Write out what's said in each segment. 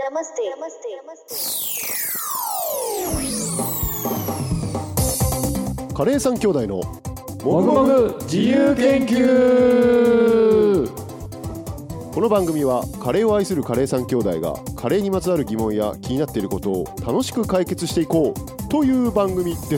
カレー三兄弟のもぐもぐ自由研究。 この番組はカレーを愛するカレー三兄弟がカレーにまつわる疑問や気になっていることを楽しく解決していこうという番組です。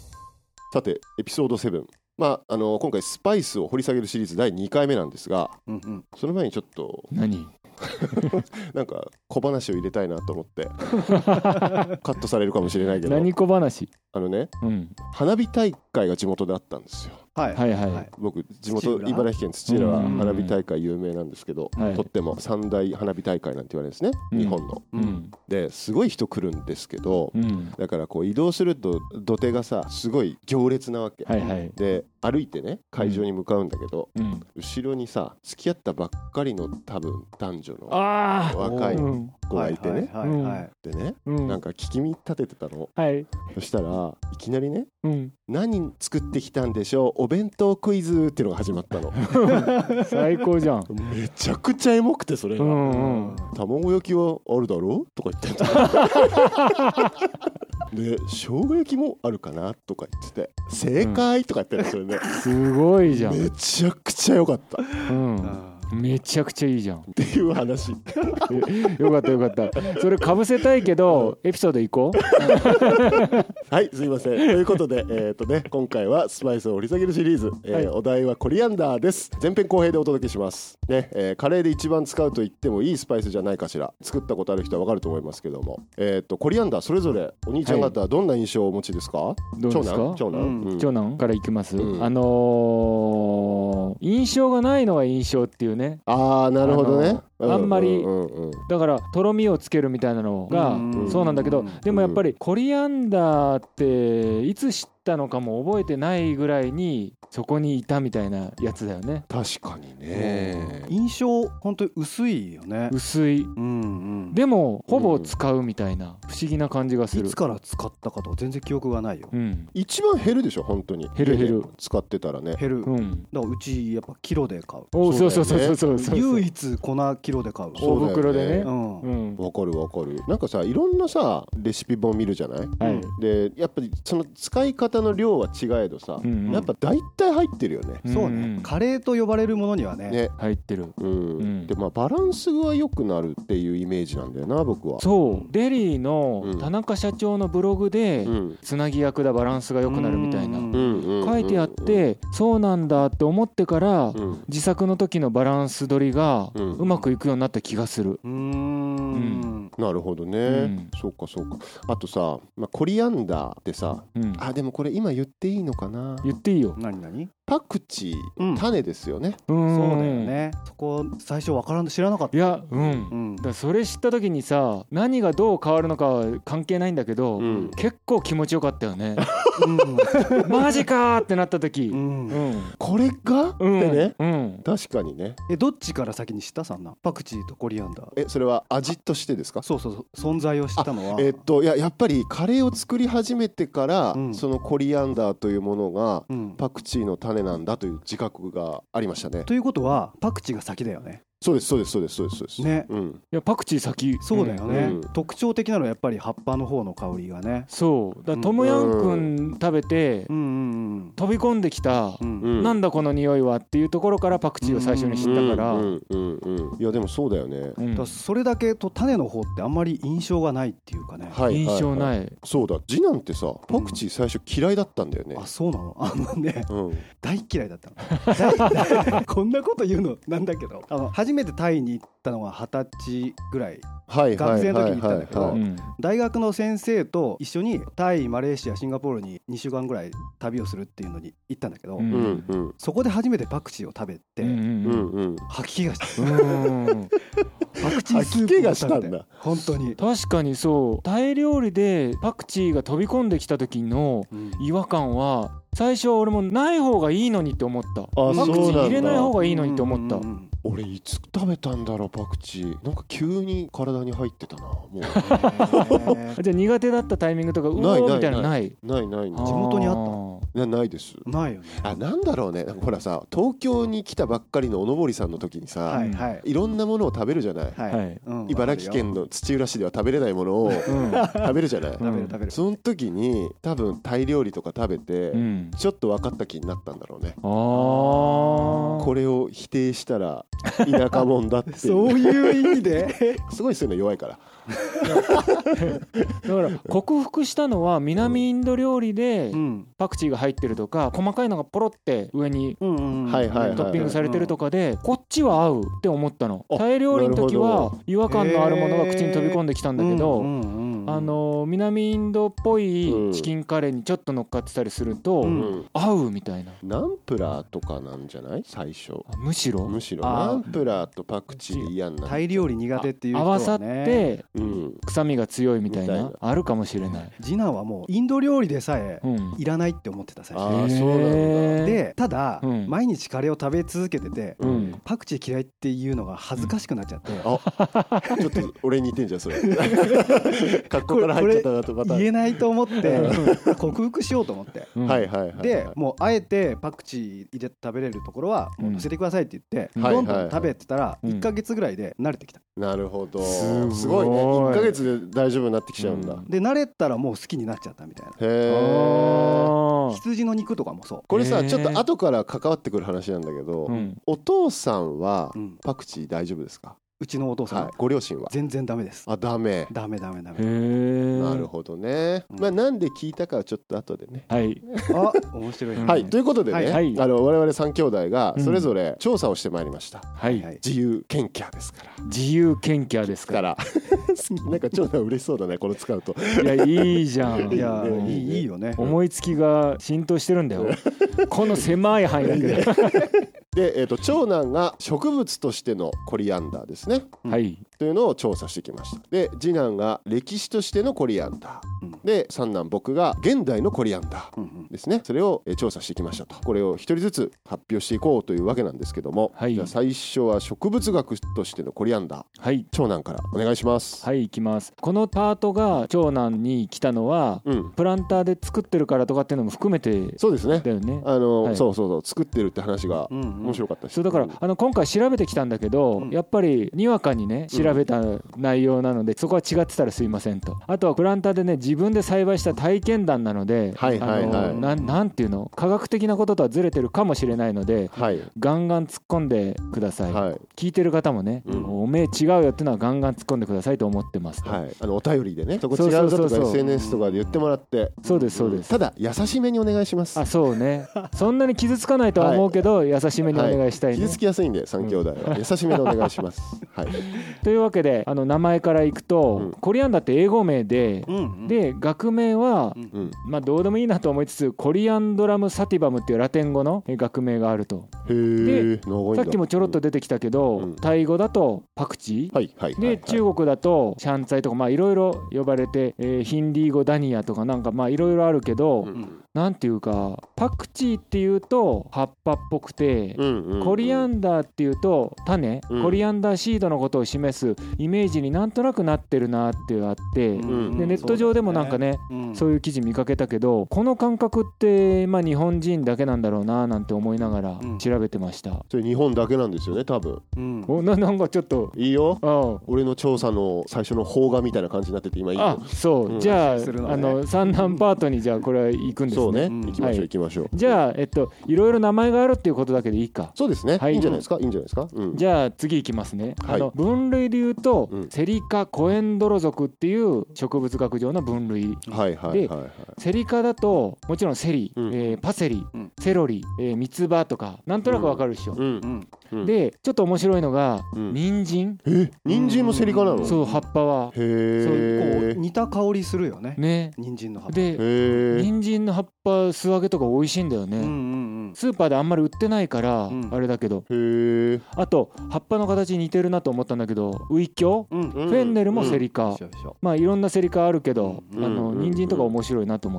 さてエピソード7、今回スパイスを掘り下げるシリーズ第2回目なんですが、その前にちょっと何なんか小話を入れたいなと思ってカットされるかもしれないけど、 何小話。 花火大会が地元であったんですよ。 はいはいはい。 僕地元茨城県土浦は花火大会有名なんですけど、とっても三大花火大会なんて言われるんですね、日本の。ですごい人来るんですけど、だからこう移動すると土手がさすごい行列なわけ、で歩いてね会場に向かうんだけど、後ろにさ付き合ったばっかりの多分男女の若い子がいてね、でね、なんか聞き立ててたの、そしたらいきなりね、何作ってきたんでしょうお弁当クイズっていうのが始まったの最高じゃん。 めちゃくちゃエモくて、それが、卵焼きはあるだろうとか言ってで生姜焼きもあるかなとか言ってて正解とか言ってる、それねすごいじゃん。 めちゃくちゃ良かった、 めちゃくちゃいいじゃんっていう話よかったよかった。それかぶせたいけどエピソードいこうはい、すいません。ということで、今回はスパイスを掘り下げるシリーズ、お題はコリアンダーです。前編後編でお届けしますね。カレーで一番使うと言ってもいいスパイスじゃないかしら。作ったことある人はわかると思いますけども、コリアンダーそれぞれお兄ちゃん方はどんな印象をお持ちですか？ どうですか？ 長男からいきます。印象がないのが印象っていうね。 なるほどね。 あんまりだからとろみをつけるみたいなのがそうなんだけど、でもやっぱりコリアンダーっていつ知ったのかも覚えてないぐらいにそこにいたみたいなやつだよね。 確かにね。 印象本当に薄いよね。 薄い、でもほぼ使うみたいな不思議な感じがする。 いつから使ったかと全然記憶がないよ。 一番減るでしょ本当に。 減る使ってたらね。 減る。だからうちやっぱキロで買う。 そう唯一粉キロで買う。 大袋でね。 わかる。なんかさいろんなさレシピ本見るじゃない。でやっぱりその使い方の量は違えどさ、やっぱ大体入ってるよね。 そうね。カレーと呼ばれるものにはね入ってる。 でバランスが良くなるっていうイメージなんだよな僕は。 そうデリーの田中社長のブログでつなぎ役だバランスが良くなるみたいな書いてあって、そうなんだって思ってから自作の時のバランス取りがうまくいくようになった気がする。 なるほどね、そうか。あとさ、コリアンダーってさ、でもこれ今言っていいのかな。 言っていいよ。 何？ パクチー、種ですよね。 そうだよね。そこ最初知らなかった。 いや、だそれ知った時にさ、何がどう変わるのかは関係ないんだけど、結構気持ちよかったよね。マジかーってなった時、 これがってね、確かにね。 どっちから先に知った？さんなパクチーとコリアンダー。 それは味としてですか？ そう存在を知ったのはやっぱりカレーを作り始めてから、そのコリアンダーというものが、パクチーの種なんだという自覚がありましたね。 ということはパクチーが先だよね。 そうですね。 いやパクチー先。 そうだよね。特徴的なのはやっぱり葉っぱの方の香りがね。 そうだ。トムヤンくん食べて飛び込んできた、なんだこの匂いはっていうところからパクチーを最初に知ったから。 いやでもそうだよね。 それだけと種の方ってあんまり印象がないっていうかね。 印象ない。 そうだ。次男ってさパクチー最初嫌いだったんだよね。 そうなの。大嫌いだったの。こんなこと言うのなんだけど、初めてタイに行ったのが20歳ぐらい、学生の時に行ったんだけど、大学の先生と一緒にタイ、マレーシア、シンガポールに2週間ぐらい旅をするっていうのに行ったんだけど、そこで初めてパクチーを食べて吐き気がした。パクチースープを食べて本当に確かにそう。タイ料理でパクチーが飛び込んできた時の違和感は最初は俺もない方がいいのにって思った。パクチー入れない方がいいのにって思った。 俺いつ食べたんだろうパクチー。なんか急に体に入ってたなもう。 じゃあ苦手だったタイミングとかうおーみたいなのない？ ない。 地元にあった。 ないです。 ないよね。 なんだろうね、ほらさ、東京に来たばっかりのおのぼりさんの時にさ、いろんなものを食べるじゃない、茨城県の土浦市では食べれないものを食べるじゃない、食べる。その時に多分タイ料理とか食べて、ちょっと分かった気になったんだろうね。これを否定したら田舎もんだってそういう意味ですごいそういうの弱いからだから克服したのは南インド料理でパクチーが入ってるとか、細かいのがポロって上にトッピングされてるとかで、こっちは合うって思ったの。タイ料理の時は違和感のあるものが口に飛び込んできたんだけど、南インドっぽいチキンカレーにちょっと乗っかってたりすると合うみたいな。 ナンプラーとかなんじゃない最初。 むしろナンプラーとパクチー嫌になる。 タイ料理苦手っていう人はね、 合わさって臭みが強いみたいなあるかもしれない。 次男はもうインド料理でさえいらないって思ってた最初。 そうなんだ。 でただ毎日カレーを食べ続けててパクチー嫌いっていうのが恥ずかしくなっちゃって、 ちょっと俺に似てんじゃんそれ格好から入っちゃったなと。 言えないと思って克服しようと思ってでもうあえてパクチー入れて食べれるところはもう乗せてくださいって言ってどんどん食べてたら1ヶ月ぐらいで慣れてきた。 なるほど、すごいね。1ヶ月で大丈夫になってきちゃうんだ。 で慣れたらもう好きになっちゃったみたいな。羊の肉とかもそう。 これさちょっと後から関わってくる話なんだけど、お父さんはパクチー大丈夫ですか？ うちのお父さん、 ご両親は全然ダメです。 ダメ。 なるほどね。なんで聞いたかはちょっと後でね。 面白い。 はいということでね、我々3兄弟がそれぞれ調査をしてまいりました。自由研究ですから。 自由研究ですからなんか長男嬉しそうだねこれ使うと。 いやいいじゃん。 いやいいよね。 思いつきが浸透してるんだよこの狭い範囲だけでで、長男が植物としてのコリアンダーですね、というのを調査してきました。で次男が歴史としてのコリアンダー、で三男僕が現代のコリアンダーですね、それを調査してきましたと。これを一人ずつ発表していこうというわけなんですけども、じゃあ最初は植物学としてのコリアンダー、長男からお願いします。 いきます。このパートが長男に来たのは、プランターで作ってるからとかっていうのも含めてそうですね。 だよね。 そう作ってるって話が面白かったです。 そうだから今回調べてきたんだけど、やっぱりにわかにね調べた内容なので、そこは違ってたらすいませんと。あとはプランターでね自分で栽培した体験談なので、なんていうの、科学的なこととはずれてるかもしれないので、ガンガン突っ込んでください。聞いてる方もね、おめえ違うよっていうのはガンガン突っ込んでくださいと思ってます。 お便りでね、そこ違うぞとか SNS とかで言ってもらって。 そうですそうです。 ただ優しめにお願いします。 そうね。そんなに傷つかないとは思うけど、優しめにお願いしたいね。 傷つきやすいんで3兄弟は優しめでお願いします。 というわけで名前からいくと、コリアンダーって英語名で、で学名はどうでもいいなと思いつつ、コリアンドラムサティバムっていうラテン語の学名があると。でさっきもちょろっと出てきたけど、タイ語だとパクチーで、中国だとシャンツァイとかいろいろ呼ばれて、ヒンディー語ダニアとかなんかいろいろあるけど、なんていうかパクチーっていうと葉っぱっぽくて、コリアンダーっていうと種、コリアンダーシードのことを示すイメージになんとなくなってるなってあって、でネット上でもなんかね、そういう記事見かけたけど、この感覚って日本人だけなんだろうななんて思いながら調べてました。 それ日本だけなんですよね多分。 なんかちょっといいよ。俺の調査の最初の邦画みたいな感じになってて今いいよ。 そう、じゃあ三男パートにじゃあこれは行くんですね。そうね、 行きましょう行きましょう。 じゃあいろいろ名前があるっていうことだけでいいか。 そうですね、いいんじゃないですか、いいんじゃないですか。 じゃあ次行きますね。分類で言うとセリカコエンドロ属っていう植物学上の分類で、セリカだともちろんセリ、パセリ、セロリ、ミツバとかなんとなくわかるでしょ。でちょっと面白いのが人参。 人参もセリカなの？ そう、葉っぱはそう似た香りするよね。人参の葉っぱで、人参の葉っぱ素揚げとか美味しいんだよね。スーパーであんまり売ってないからあれだけど、あと葉っぱの形似てるなと思ったんだけど、ウイキョウ、フェンネルもセリカ、いろんなセリカあるけど、人参とか面白いなと思った。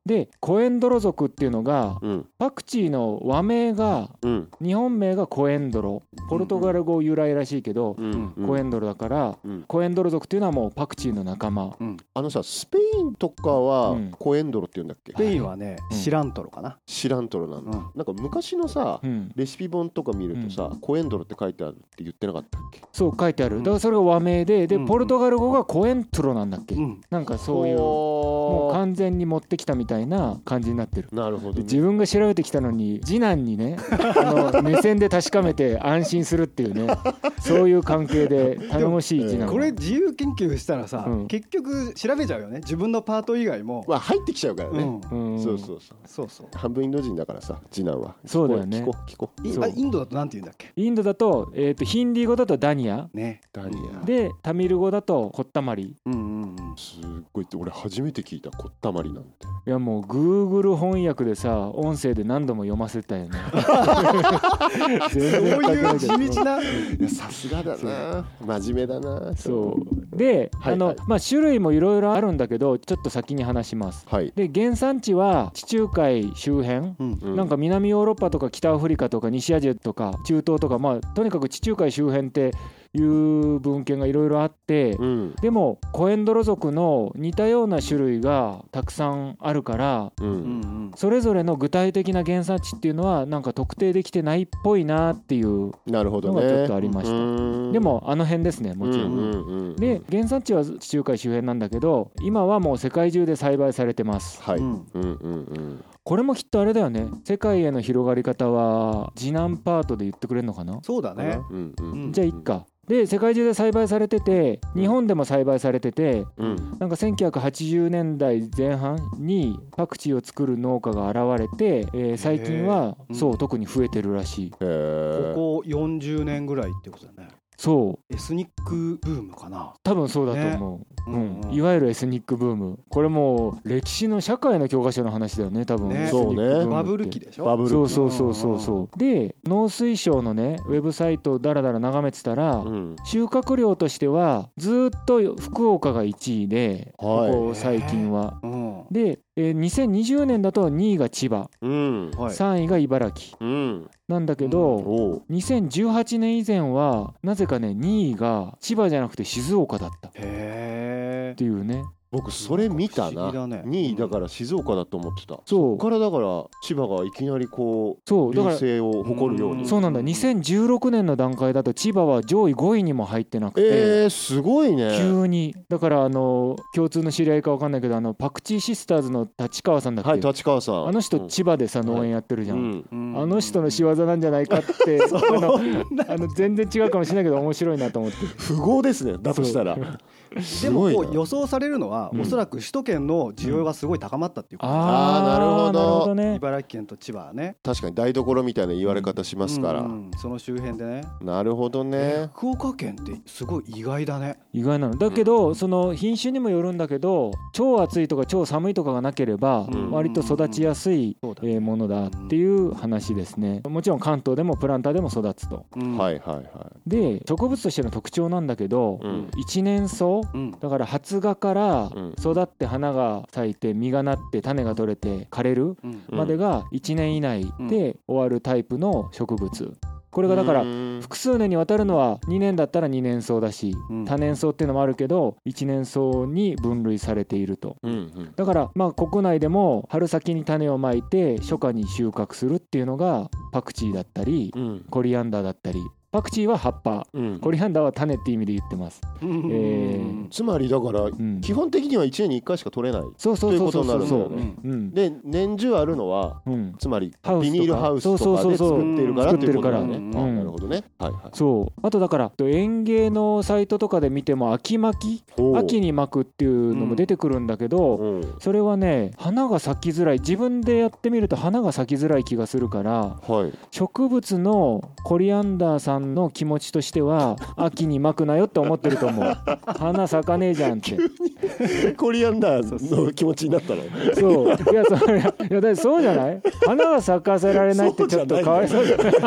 でコエンドロ属っていうのが、パクチーの和名が、日本名がコエンドロ、ポルトガル語由来らしいけど、コエンドロだから、コエンドロ属っていうのはもうパクチーの仲間。 さスペインとかはコエンドロって言うんだっけ？ スペインはね、シラントロかな。 シラントロなんだ。なんか昔のさ、レシピ本とか見るとさ、コエンドロって書いてあるって言ってなかったっけ？ そう書いてある。だからそれが和名で、ポルトガル語がコエントロなんだっけ？なんかそういうもう完全に持ってきたみたいな感じになってる。 なるほど、ね、 自分が調べてきたのに次男にね目線で確かめて安心するっていうねそういう関係で頼もしい次男。 これ自由研究したらさ、結局調べちゃうよね。自分のパート以外も入ってきちゃうからね。そう半分インド人だからさ、次男は。 そうだよね。 聞こう。インドだとなんて言うんだっけ？ インドだと、ヒンディー語だとダニア、 ね、 でタミル語だとコッタマリ。 すごいって、俺初めて聞いたコッタマリなんて。 いやもう Google 翻訳でさ、音声で何度も読ませたよねそういう地道な。 さすがだな、真面目だな。 そうで、種類もいろいろあるんだけど、ちょっと先に話します。で原産地は地中海周辺、なんか南ヨーロッパとか北アフリカとか西アジアとか中東とか、とにかく地中海周辺っていう文献がいろいろあって、でもコエンドロ属の似たような種類がたくさんあるから、それぞれの具体的な原産地っていうのはなんか特定できてないっぽいなっていうのがちょっとありました。でもあの辺ですね、もちろん。で原産地は地中海周辺なんだけど、今はもう世界中で栽培されてます。これもきっとあれだよね、世界への広がり方は次男パートで言ってくれるのかな。 そうだね。 じゃあいっか。で世界中で栽培されてて、日本でも栽培されてて、なんか1980年代前半にパクチーを作る農家が現れて、最近はそう特に増えてるらしい。ここ40年ぐらいってことだね。 そうエスニックブームかな。 多分そうだと思う、いわゆるエスニックブーム。これもう歴史の社会の教科書の話だよね、多分。 そうね、 バブル期でしょ。 そうで農水省のねウェブサイトをだらだら眺めてたら、収穫量としてはずっと福岡が1位で、ここ最近は。で2020年だと2位が千葉、3位が茨城、なんだけど2018年以前はなぜかね2位が千葉じゃなくて静岡だったっていうね。 僕それ見たな、2位だから静岡だと思ってた。 そっからだから千葉がいきなりこう優勢を誇るように。 そうなんだ。2016年の段階だと千葉は上位5位にも入ってなくて、 すごいね、 急に。だから共通の知り合いか分かんないけど、パクチーシスターズの立川さんだっけ。 立川さん、 あの人千葉でさ農園やってるじゃん、あの人の仕業なんじゃないかって全然違うかもしれないけど面白いなと思って。 富豪ですね、だとしたら。 でもこう予想されるのは、おそらく首都圏の需要がすごい高まったっていうこと。 なるほどね。茨城県と千葉はね、 確かに台所みたいな言われ方しますから、 その周辺でね。 なるほどね。 福岡県ってすごい意外だね。 意外なのだけど、その品種にもよるんだけど、超暑いとか超寒いとかがなければ割と育ちやすいものだっていう話ですね。もちろん関東でもプランターでも育つと。で植物としての特徴なんだけど、一年草だから発芽から育って花が咲いて実がなって種が取れて枯れるまでが1年以内で終わるタイプの植物。これがだから複数年にわたるのは2年だったら2年草だし、多年草っていうのもあるけど1年草に分類されていると。だから国内でも春先に種をまいて初夏に収穫するっていうのがパクチーだったり、コリアンダーだったり。パクチーは葉っぱ、コリアンダーは種って意味で言ってます。 つまりだから基本的には1年に1回しか取れないということになるんだよね。で年中あるのは、つまりビニールハウスとかで作っているからっていうことだね。なるほどね。 そう。あとだから園芸のサイトとかで見ても秋巻き、秋に巻くっていうのも出てくるんだけど、それはね花が咲きづらい、自分でやってみると花が咲きづらい気がするから、植物のコリアンダーさんんの気持ちとしては秋にまくなよって思ってると思う。花咲かねえじゃんってコリアンダーの気持ちになったの。 そういやだってそうじゃない。花が咲かせられないってちょっとかわいそうじゃない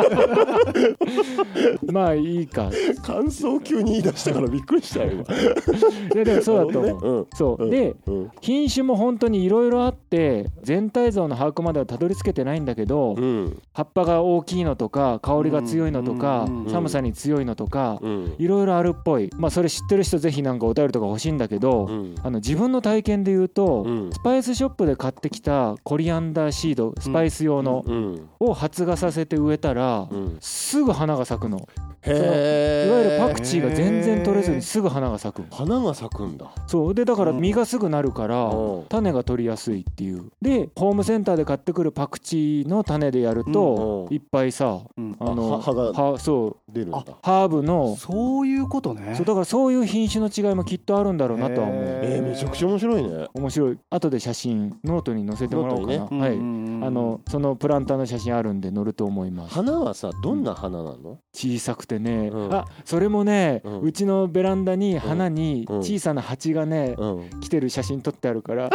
まあいいか。 感想急に言い出したからびっくりしたよ今。いやでもそうだと思う、そうで、品種も本当にいろいろあって全体像の把握まではたどり着けてないんだけど、葉っぱが大きいのとか香りが強いのとか、寒さに強いのとか、いろいろあるっぽい。まあそれ知ってる人ぜひなんかお便りとか欲しいんだけど、自分の体験で言うと、スパイスショップで買ってきたコリアンダーシード、スパイス用の、を発芽させて植えたら、すぐ花が咲くの。いわゆるパクチーが全然取れずにすぐ花が咲く。 花が咲くんだ。 そうでだから実がすぐなるから種が取りやすいっていう。でホームセンターで買ってくるパクチーの種でやるといっぱいさ、 そう出るんだ。 ハーブのそういうことね。 そうだからそういう品種の違いもきっとあるんだろうなとは思う。 めちゃくちゃ面白いね。 面白い。後で写真ノートに載せてもらおうかな。はい、そのプランターの写真あるんで載ると思います。 花はさどんな花なの？ 小さくてね、それもね、うちのベランダに花に小さな蜂がね、来てる写真撮ってあるから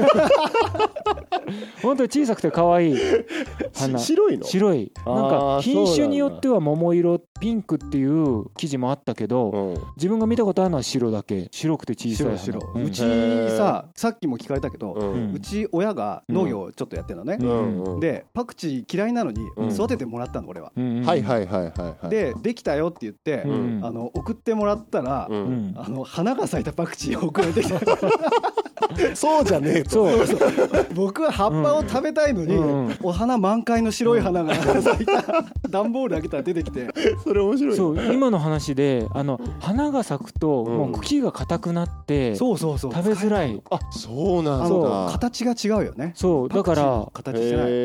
本当に小さくて可愛い花。 白いの？ 白い。なんか品種によっては桃色、ピンクっていう記事もあったけど、自分が見たことあるのは白だけ。白くて小さい花。 うちさっきも聞かれたけど、うち親が農業ちょっとやってるのね。でパクチー嫌いなのに育ててもらったの俺は。できたよって言って送ってもらったら、花が咲いたパクチーを送られてきたそうじゃねえと。 僕は葉っぱを食べたいのに、お花満開の白い花が咲いた段ボール開けたら出てきて、 それ面白い。 そう今の話で花が咲くともう茎が硬くなって食べづらい。 あ、そうなんだ。 形が違うよね。 そうだから形してない。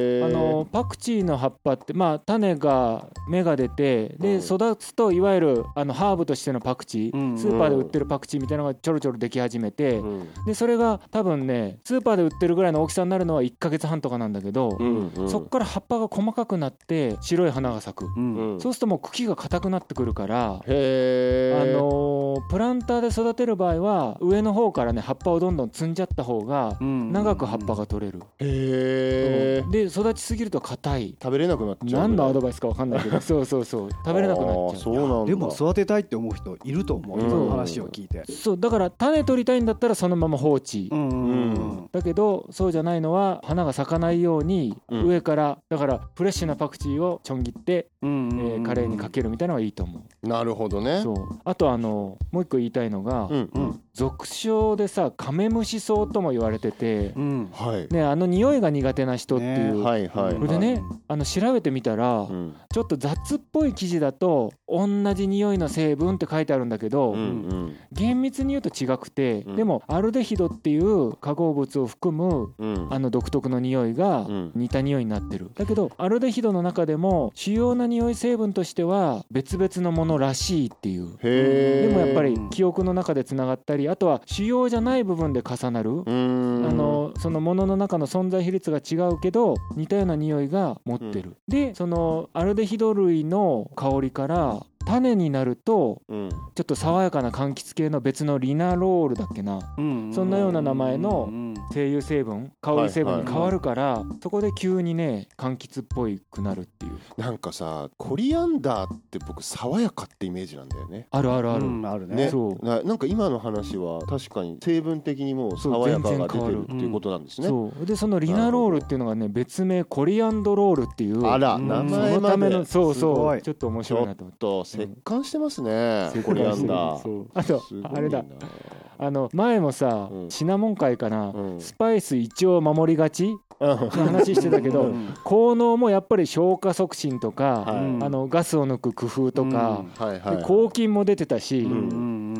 パクチーの葉っぱって種が芽が出てで育つといわゆるハーブとしてのパクチー、スーパーで売ってるパクチーみたいなのがちょろちょろでき始めて、でそれが多分ねスーパーで売ってるぐらいの大きさになるのは1ヶ月半とかなんだけど、そっから葉っぱが細かくなって白い花が咲く、そうするともう茎が硬くなってくるから、プランターで育てる場合は上の方からね葉っぱをどんどん積んじゃった方が長く葉っぱが取れる。で育ちすぎると硬い、 食べれなくなっちゃう。 何のアドバイスか分かんないけどそう食べれなくなっちゃう。 そうなんだ。 でも育てたいって思う人いると思う、その話を聞いて。 そうだから種取りたいんだったらそのまま放置、だけどそうじゃないのは花が咲かないように上から、だからフレッシュなパクチーをちょん切って、カレーにかけるみたいなのがいいと思う。 なるほどね。 そうあともう一個言いたいのが、俗称でさカメムシ草とも言われてて、ね、匂いが苦手な人っていう、それでね調べてみたら、ちょっと雑っぽい記事だと同じ匂いの成分って書いてあるんだけど、厳密に言うと違くて、でもアルデヒドっていう化合物を含む、独特の匂いが似た匂いになってる。だけどアルデヒドの中でも主要な匂い成分としては別々のものらしいっていう。でもやっぱり記憶の中でつながったり、あとは主要じゃない部分で重なる、そのものの中の存在比率が違うけど似たような匂いが持ってる。でそのアルデヒド類の香りから種になると、ちょっと爽やかな柑橘系の別のリナロールだっけな、そんなような名前の精油成分、香り成分に変わるから、そこで急にね柑橘っぽいくなるっていう。 なんかさコリアンダーって僕爽やかってイメージなんだよね。 あるあるある、 あるね。 そうなんか今の話は確かに成分的にもう爽やかが出てるっていうことなんですね。 そうでそのリナロールっていうのがね別名コリアンドロールっていう、 あら名前までそうちょっと面白いなと思って。 ちょっと折感してますね、コリアンダー。 あとあれだ、前もさ、シナモン会かな、スパイス一応守りがちの話してたけど、効能もやっぱり消化促進とか、ガスを抜く工夫とか、抗菌も出てたし、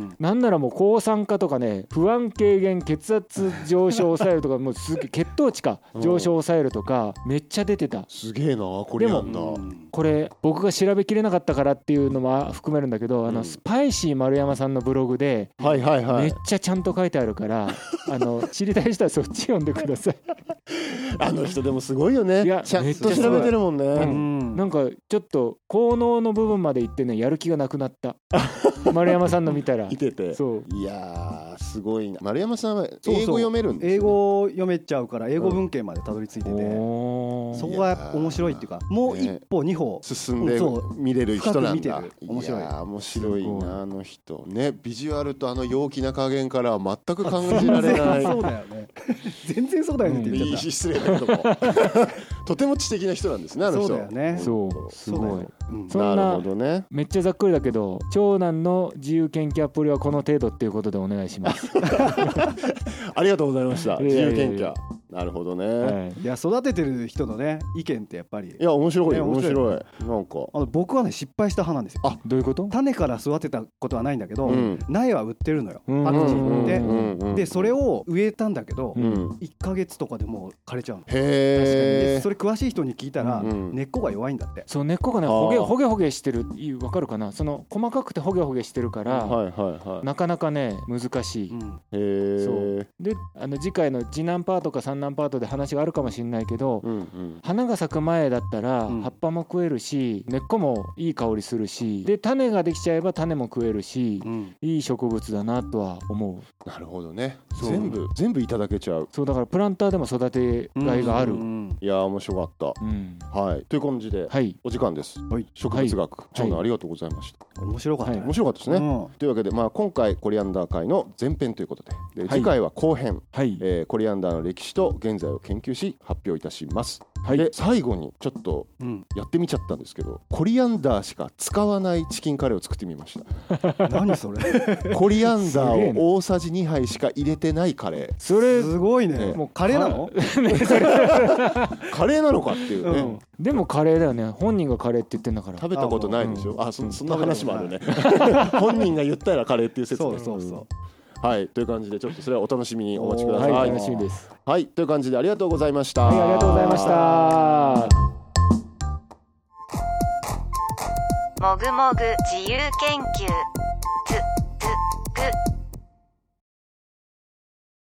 なんならもう抗酸化とかね、不安軽減、血圧上昇を抑えるとか、もうすげえ血糖値か上昇を抑えるとかめっちゃ出てた。 すげえな、これやんだ。 これ僕が調べきれなかったからっていうのも含めるんだけど、スパイシー丸山さんのブログでめっちゃちゃんと書いてあるから知りたい人はそっち読んでください。 あの人でもすごいよね。ちゃんと調べてるもんね。 なんかちょっと効能の部分まで言ってね、やる気がなくなった丸山さんの見たらいてて、 そう、 いやーすごいな。丸山さんは英語読めるんですね。 英語読めちゃうから英語文献までたどり着いてて、そこが面白いっていうか、もう一歩二歩進んで見れる人なんだ。 面白い。 面白いな、あの人ね。ビジュアルと陽気な加減からは全く感じられない。 そうだよね。全然そうだよねって言っちゃった。 失礼だけどもとても知的な人なんですね、あの人。 そうだよね。 そうすごい。 そんなめっちゃざっくりだけど、長男の自由研究アプリはこの程度っていうことでお願いしますありがとうございました。自由研究、なるほどね。 いや、育ててる人のね意見ってやっぱり、 いや面白い面白い。なんか僕はね失敗した派なんですよ。 あ、どういうこと？ 種から育てたことはないんだけど、苗は売ってるのよ、パッケージに。でそれを植えたんだけど、1ヶ月とかでもう枯れちゃうの。 へえ。 それ詳しい人に聞いたら、根っこが弱いんだって。 そう、根っこがねほげほげしてる。わかるかな？その細かくてほげほげしてるから、なかなかね難しい。そうで、次回の次男パートか三男パートで話があるかもしれないけど、花が咲く前だったら葉っぱも食えるし、根っこもいい香りするし、で種ができちゃえば種も食えるし、いい植物だなとは思う。 なるほどね。全部いただけちゃう。 そうだからプランターでも育てがいがある。 いや面白かった。はい、という感じでお時間です。植物学、長男ありがとうございました。 面白かったね。 面白かったですね。というわけで、今回コリアンダー会の前編ということで、次回は後編、コリアンダーの歴史と現在を研究し発表いたします。で最後にちょっとやってみちゃったんですけど、コリアンダーしか使わないチキンカレーを作ってみました。 何それ？ コリアンダーを大さじ2杯しか入れてないカレー。 それすごいね。もうカレーなの？ カレーなのかっていうね。 でもカレーだよね。本人がカレーって言ってんだから。 食べたことないでしょ。そんな話もあるね。本人が言ったらカレーっていう説。そうはい、という感じでちょっとそれはお楽しみにお待ちください。 楽しみです。 はい、という感じでありがとうございました。 ありがとうございました。 もぐもぐ自由研究つつく